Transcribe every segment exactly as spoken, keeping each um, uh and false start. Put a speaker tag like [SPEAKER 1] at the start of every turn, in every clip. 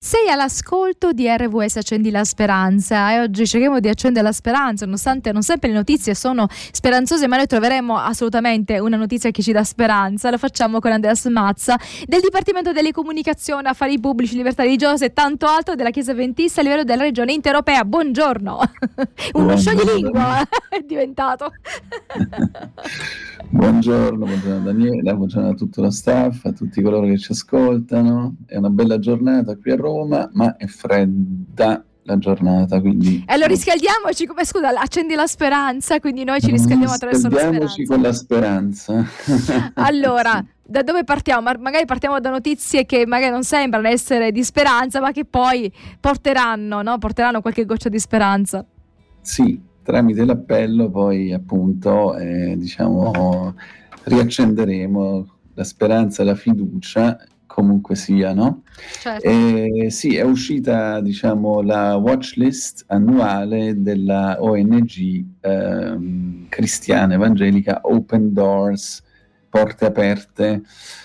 [SPEAKER 1] Sei all'ascolto di R V S Accendi la Speranza e oggi cerchiamo di accendere la speranza, nonostante non sempre le notizie sono speranzose, ma noi troveremo assolutamente una notizia che ci dà speranza. Lo facciamo con Andreas Mazza del Dipartimento delle Comunicazioni, Affari Pubblici, Libertà Religiose e tanto altro della Chiesa Adventista a livello della regione intraeuropea. Buongiorno. Uno scioglilingua è diventato.
[SPEAKER 2] Buongiorno, buongiorno Daniela, buongiorno a tutto lo staff, a tutti coloro che ci ascoltano. È una bella giornata qui a Roma, ma è fredda la giornata, quindi...
[SPEAKER 1] E allora riscaldiamoci, come scusa, accendi la speranza, quindi noi ci riscaldiamo attraverso la speranza.
[SPEAKER 2] Riscaldiamoci con la speranza.
[SPEAKER 1] Allora, da dove partiamo? Magari partiamo da notizie che magari non sembrano essere di speranza, ma che poi porteranno, no? Porteranno qualche goccia di speranza.
[SPEAKER 2] Sì. Tramite l'appello poi appunto eh, diciamo riaccenderemo la speranza e la fiducia, comunque sia, no?
[SPEAKER 1] Certo.
[SPEAKER 2] Eh, sì, è uscita diciamo la watch list annuale della O N G eh, cristiana evangelica Open Doors, Porte Aperte.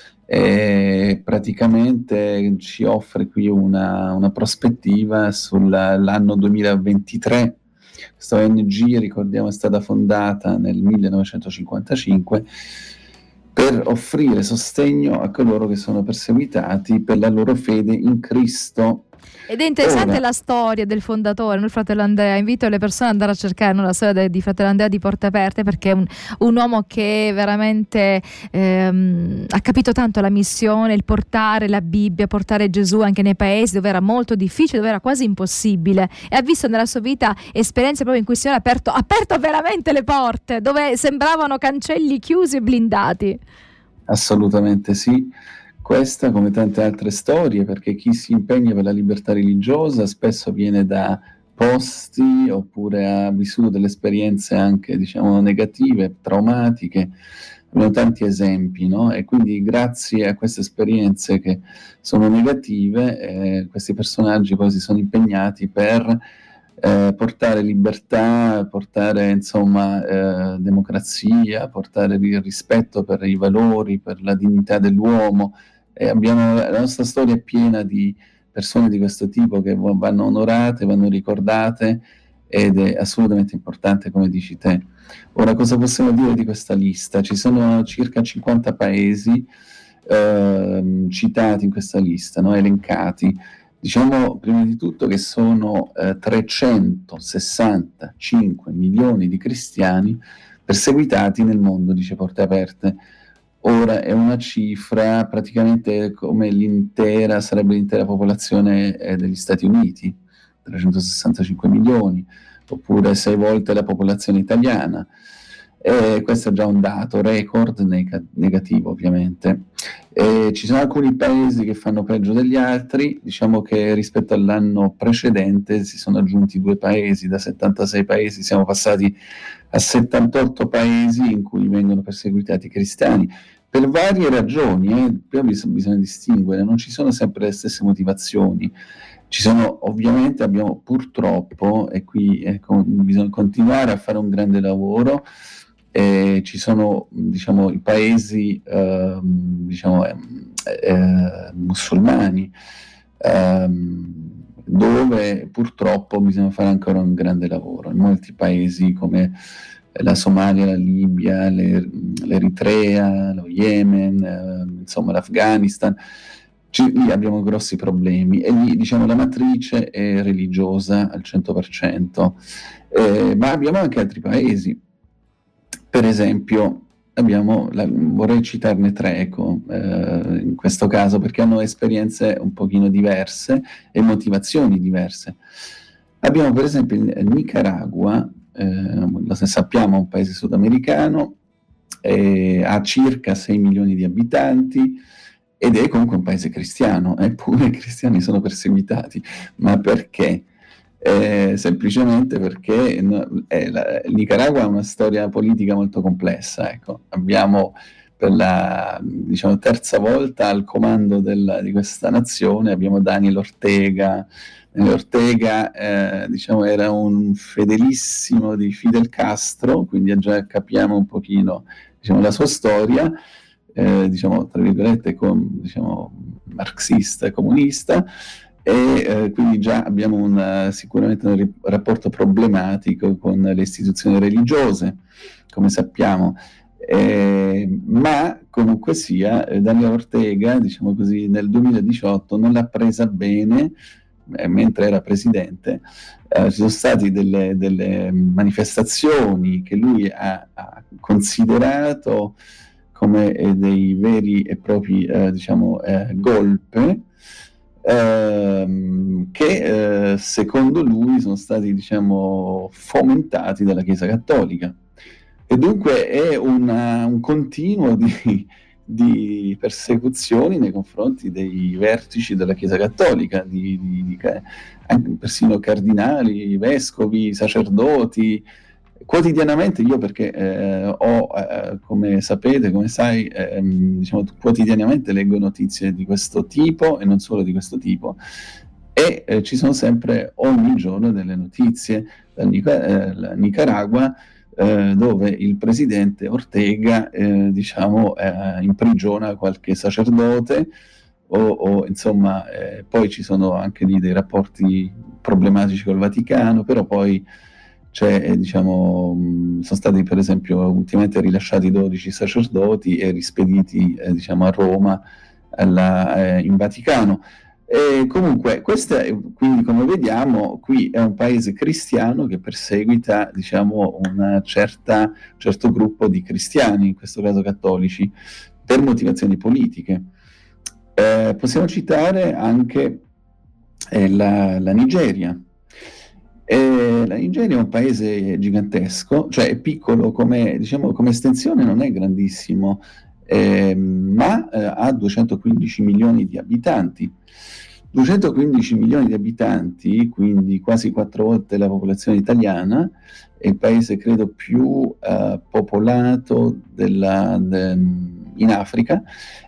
[SPEAKER 2] E praticamente ci offre qui una, una prospettiva sull'anno duemilaventitré. Questa O N G, ricordiamo, è stata fondata nel millenovecentocinquantacinque per offrire sostegno a coloro che sono perseguitati per la loro fede in Cristo.
[SPEAKER 1] Ed è interessante
[SPEAKER 2] Ora,
[SPEAKER 1] la storia del fondatore, il fratello Andrea. Invito le persone ad andare a cercare, no, la storia di fratello Andrea di Porte Aperte, perché è un, un uomo che veramente ehm, ha capito tanto la missione, il portare la Bibbia, portare Gesù anche nei paesi dove era molto difficile, dove era quasi impossibile, e ha visto nella sua vita esperienze proprio in cui il Signore ha aperto, ha aperto veramente le porte, dove sembravano cancelli chiusi e blindati.
[SPEAKER 2] Assolutamente sì. Questa, come tante altre storie, perché chi si impegna per la libertà religiosa spesso viene da posti oppure ha vissuto delle esperienze anche, diciamo, negative, traumatiche. Abbiamo tanti esempi, no? E quindi grazie a queste esperienze che sono negative, eh, questi personaggi poi si sono impegnati per eh, portare libertà, portare insomma eh, democrazia, portare il rispetto per i valori, per la dignità dell'uomo. E abbiamo, la nostra storia è piena di persone di questo tipo che vanno onorate, vanno ricordate, ed è assolutamente importante, come dici te. Ora, cosa possiamo dire di questa lista? Ci sono circa cinquanta paesi eh, citati in questa lista, no? Elencati. Diciamo prima di tutto che sono eh, trecentosessantacinque milioni di cristiani perseguitati nel mondo, dice Porte Aperte. Ora è una cifra praticamente come l'intera, sarebbe l'intera popolazione eh, degli Stati Uniti, trecentosessantacinque milioni, oppure sei volte la popolazione italiana. E questo è già un dato, record neg- negativo ovviamente. E ci sono alcuni paesi che fanno peggio degli altri, diciamo che rispetto all'anno precedente si sono aggiunti due paesi, da settantasei paesi siamo passati a settantotto paesi in cui vengono perseguitati i cristiani. Per varie ragioni, eh, però bisogna, bisogna distinguere, non ci sono sempre le stesse motivazioni. Ci sono, ovviamente, abbiamo purtroppo, e qui ecco, bisogna continuare a fare un grande lavoro, eh, ci sono, diciamo, i paesi, eh, diciamo, eh, eh, musulmani, eh, dove purtroppo bisogna fare ancora un grande lavoro. In molti paesi come la Somalia, la Libia, le, l'Eritrea, lo Yemen, eh, insomma l'Afghanistan, ci, lì abbiamo grossi problemi e lì, diciamo, la matrice è religiosa al cento per cento, eh, ma abbiamo anche altri paesi. Per esempio abbiamo, la, vorrei citarne tre, ecco, eh, in questo caso, perché hanno esperienze un pochino diverse e motivazioni diverse. Abbiamo per esempio il Nicaragua, eh, lo sappiamo, un paese sudamericano, eh, ha circa sei milioni di abitanti ed è comunque un paese cristiano, eppure i cristiani sono perseguitati. Ma perché? Eh, semplicemente perché no, eh, la, il Nicaragua ha una storia politica molto complessa. Ecco. Abbiamo per la, diciamo, terza volta al comando del, di questa nazione abbiamo Daniel Ortega. Daniel Ortega eh, diciamo, era un fedelissimo di Fidel Castro, quindi già capiamo un pochino, diciamo, la sua storia, eh, diciamo, tra virgolette, com, diciamo, marxista e comunista. e eh, quindi già abbiamo una, sicuramente un ri- rapporto problematico con le istituzioni religiose, come sappiamo. Eh, ma comunque sia, eh, Daniel Ortega, diciamo così, nel duemiladiciotto non l'ha presa bene, eh, mentre era presidente. Eh, ci sono state delle, delle manifestazioni che lui ha, ha considerato come eh, dei veri e propri eh, diciamo, eh, golpe, ehm, che eh, secondo lui sono stati diciamo, fomentati dalla Chiesa Cattolica. E dunque è una, un continuo di, di persecuzioni nei confronti dei vertici della Chiesa Cattolica, di, di, di, anche persino cardinali, vescovi, sacerdoti. Quotidianamente io, perché eh, ho, eh, come sapete, come sai, eh, diciamo, quotidianamente leggo notizie di questo tipo e non solo di questo tipo, e eh, ci sono sempre ogni giorno delle notizie dal Nica- eh, Nicaragua, eh, dove il presidente Ortega eh, diciamo, eh, imprigiona qualche sacerdote o, o insomma eh, poi ci sono anche lì dei rapporti problematici col Vaticano, però poi c'è, eh, diciamo, mh, sono stati per esempio ultimamente rilasciati dodici sacerdoti e rispediti eh, diciamo, a Roma alla, eh, in Vaticano. E comunque, questa è, quindi come vediamo, qui è un paese cristiano che perseguita, diciamo, una certa, un certo gruppo di cristiani, in questo caso cattolici, per motivazioni politiche. Eh, possiamo citare anche eh, la, la Nigeria. Eh, la Nigeria è un paese gigantesco, cioè è piccolo come, diciamo, come estensione, non è grandissimo, eh, ma eh, ha duecentoquindici milioni di abitanti. duecentoquindici milioni di abitanti, quindi quasi quattro volte la popolazione italiana, è il paese credo più eh, popolato della, de, in Africa,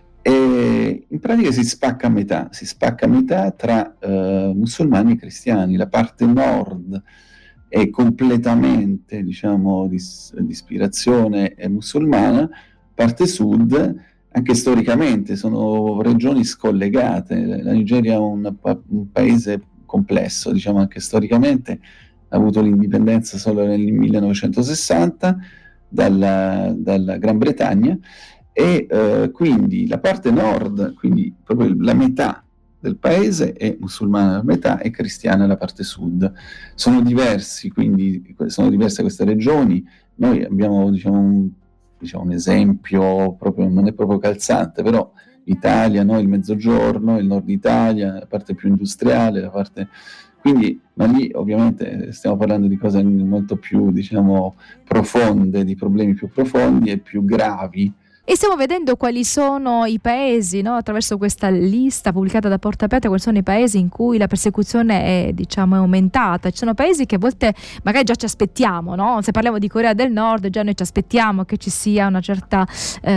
[SPEAKER 2] e in pratica si spacca a metà, si spacca a metà tra eh, musulmani e cristiani. La parte nord è completamente, diciamo, di, di ispirazione musulmana, parte sud, anche storicamente, sono regioni scollegate. La Nigeria è un, un paese complesso, diciamo, anche storicamente, ha avuto l'indipendenza solo nel millenovecentosessanta dalla, dalla Gran Bretagna, e eh, quindi la parte nord, quindi proprio la metà del paese è musulmana, la metà è cristiana, la parte sud. Sono diversi, quindi sono diverse queste regioni. Noi abbiamo, diciamo, un, diciamo, un esempio, proprio, non è proprio calzante, però l'Italia, no? Il Mezzogiorno, il Nord Italia, la parte più industriale, la parte... Quindi, ma lì ovviamente stiamo parlando di cose molto più, diciamo, profonde, di problemi più profondi e più gravi.
[SPEAKER 1] E stiamo vedendo quali sono i paesi, no? Attraverso questa lista pubblicata da Porta Aperta, quali sono i paesi in cui la persecuzione è, diciamo, è aumentata. Ci sono paesi che a volte magari già ci aspettiamo, no? Se parliamo di Corea del Nord, già noi ci aspettiamo che ci sia una certa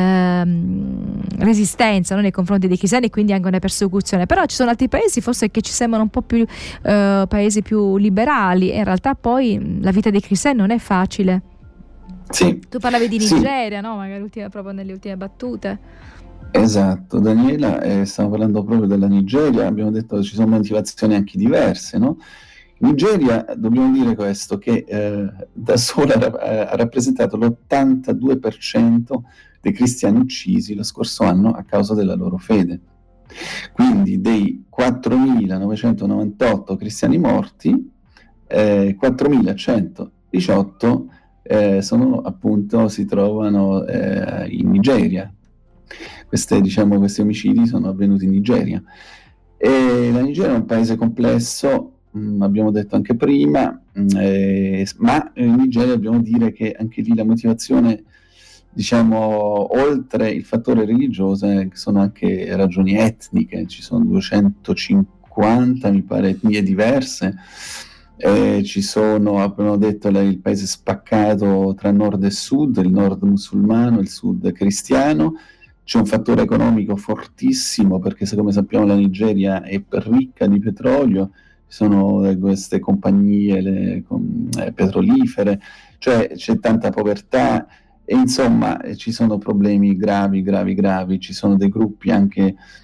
[SPEAKER 1] ehm, resistenza, no? Nei confronti dei cristiani e quindi anche una persecuzione. Però ci sono altri paesi forse che ci sembrano un po' più eh, paesi più liberali, e in realtà poi la vita dei cristiani non è facile.
[SPEAKER 2] Sì,
[SPEAKER 1] tu parlavi di Nigeria,
[SPEAKER 2] sì.
[SPEAKER 1] no? Magari ultime, proprio nelle ultime battute.
[SPEAKER 2] Esatto, Daniela, eh, stiamo parlando proprio della Nigeria, abbiamo detto che ci sono motivazioni anche diverse, no? In Nigeria dobbiamo dire questo, che eh, da sola ha rappresentato l'ottantadue per cento dei cristiani uccisi lo scorso anno a causa della loro fede. Quindi dei quattromilanovecentonovantotto cristiani morti, eh, quattromilacentodiciotto Eh, sono appunto si trovano eh, in Nigeria. Queste, diciamo, questi omicidi sono avvenuti in Nigeria. E la Nigeria è un paese complesso, mh, abbiamo detto anche prima, mh, eh, ma in Nigeria dobbiamo dire che anche lì la motivazione, diciamo, oltre il fattore religioso, eh, sono anche ragioni etniche. Ci sono duecentocinquanta, mi pare, etnie diverse. Eh, ci sono, abbiamo detto, il paese spaccato tra nord e sud, il nord musulmano, il sud cristiano. C'è un fattore economico fortissimo, perché come sappiamo la Nigeria è ricca di petrolio, ci sono eh, queste compagnie le, com, eh, petrolifere, cioè c'è tanta povertà e insomma eh, ci sono problemi gravi, gravi, gravi. Ci sono dei gruppi anche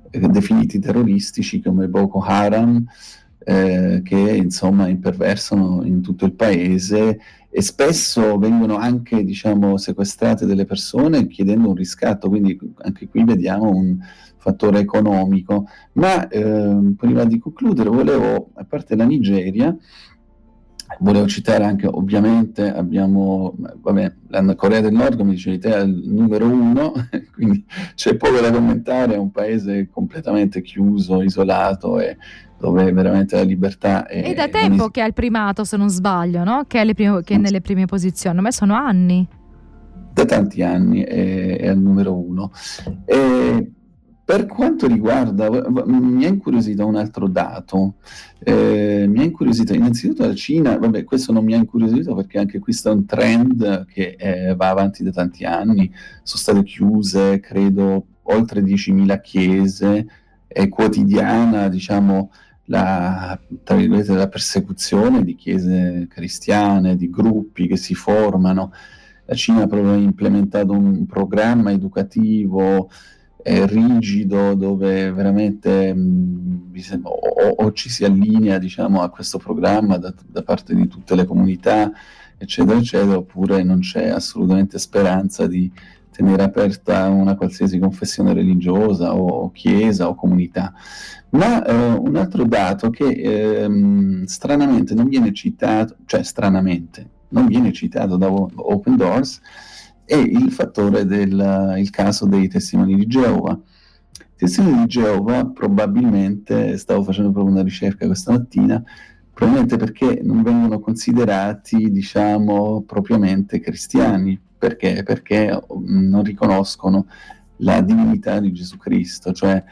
[SPEAKER 2] eh, definiti terroristici come Boko Haram, eh, che insomma imperversano in tutto il paese e spesso vengono anche, diciamo, sequestrate delle persone chiedendo un riscatto, quindi anche qui vediamo un fattore economico. Ma eh, prima di concludere volevo, a parte la Nigeria, volevo citare anche, ovviamente, abbiamo, vabbè, la Corea del Nord, come dicevi te, è il numero uno, quindi c'è poco da commentare, è un paese completamente chiuso, isolato e dove veramente la libertà è...
[SPEAKER 1] È da tempo es- che ha il primato, se non sbaglio, no? Che è, le prime, che è nelle prime posizioni, ma sono anni.
[SPEAKER 2] Da tanti anni è, è al numero uno. E per quanto riguarda, mi ha incuriosito un altro dato, eh, mi ha incuriosito innanzitutto la Cina, vabbè, questo non mi ha incuriosito perché anche questo è un trend che eh, va avanti da tanti anni, sono state chiuse, credo, oltre diecimila chiese, è quotidiana, diciamo, la, tra virgolette, la persecuzione di chiese cristiane, di gruppi che si formano. La Cina proprio ha implementato un programma educativo eh, rigido dove veramente mh, o, o ci si allinea, diciamo, a questo programma da, da parte di tutte le comunità, eccetera, eccetera, oppure non c'è assolutamente speranza di tenere aperta una qualsiasi confessione religiosa o chiesa o comunità. Ma eh, un altro dato che ehm, stranamente non viene citato, cioè stranamente, non viene citato da Open Doors, è il fattore del il caso dei testimoni di Geova. I testimoni di Geova probabilmente, stavo facendo proprio una ricerca questa mattina, probabilmente perché non vengono considerati, diciamo, propriamente cristiani. Perché? Perché non riconoscono la divinità di Gesù Cristo, cioè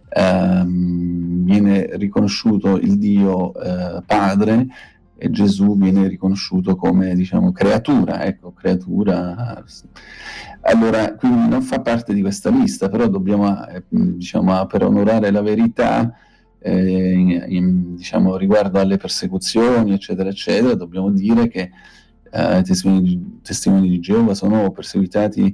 [SPEAKER 2] ehm, viene riconosciuto il Dio eh, Padre e Gesù viene riconosciuto come, diciamo, creatura, ecco, creatura. Allora, quindi non fa parte di questa lista, però dobbiamo, eh, diciamo, per onorare la verità, eh, in, in, diciamo, riguardo alle persecuzioni, eccetera, eccetera, dobbiamo dire che eh, i testimoni, testimoni di Geova sono perseguitati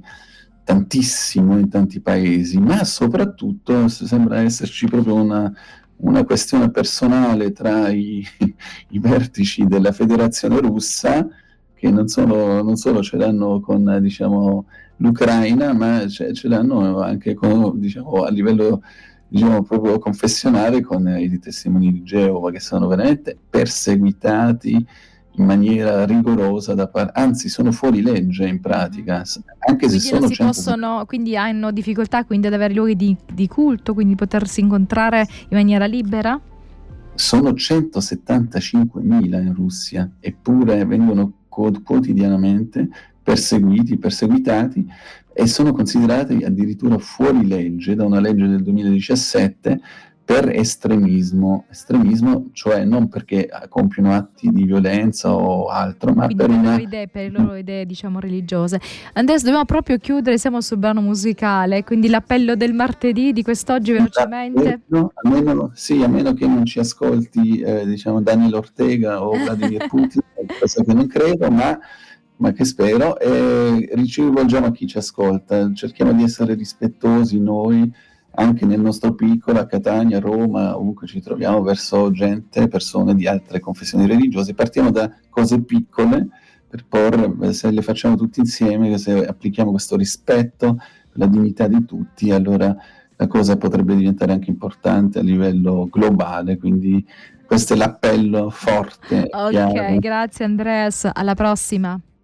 [SPEAKER 2] tantissimo in tanti paesi, ma soprattutto sembra esserci proprio una, una questione personale tra i, i vertici della Federazione Russa, che non solo, non solo ce l'hanno con, diciamo, l'Ucraina, ma ce, ce l'hanno anche con, diciamo, a livello, diciamo, proprio confessionale con i testimoni di Geova, che sono veramente perseguitati in maniera rigorosa, da par- anzi sono fuori legge in pratica, anche se
[SPEAKER 1] quindi
[SPEAKER 2] sono
[SPEAKER 1] non si
[SPEAKER 2] cento...
[SPEAKER 1] possono, quindi hanno difficoltà quindi ad avere luoghi di, di culto, quindi potersi incontrare in maniera libera?
[SPEAKER 2] Sono centosettantacinquemila in Russia, eppure vengono quotidianamente perseguiti, perseguitati e sono considerati addirittura fuori legge da una legge del duemiladiciassette per estremismo, estremismo, cioè non perché compiono atti di violenza o altro, ma
[SPEAKER 1] quindi
[SPEAKER 2] per,
[SPEAKER 1] per,
[SPEAKER 2] una...
[SPEAKER 1] le loro idee, per le loro idee, diciamo, religiose. Andrea, dobbiamo proprio chiudere, siamo sul brano musicale, quindi l'appello del martedì di quest'oggi velocemente.
[SPEAKER 2] No, a meno, sì, a meno che non ci ascolti, eh, diciamo, Daniel Ortega o Vladimir Putin, cosa che non credo, ma, ma che spero, e ci rivolgiamo a chi ci ascolta, cerchiamo di essere rispettosi noi, anche nel nostro piccolo, a Catania, a Roma, ovunque ci troviamo, verso gente, persone di altre confessioni religiose. Partiamo da cose piccole, per porre, se le facciamo tutti insieme, se applichiamo questo rispetto per la dignità di tutti, allora la cosa potrebbe diventare anche importante a livello globale, quindi questo è l'appello forte.
[SPEAKER 1] Ok,
[SPEAKER 2] chiaro.
[SPEAKER 1] grazie Andreas, alla prossima.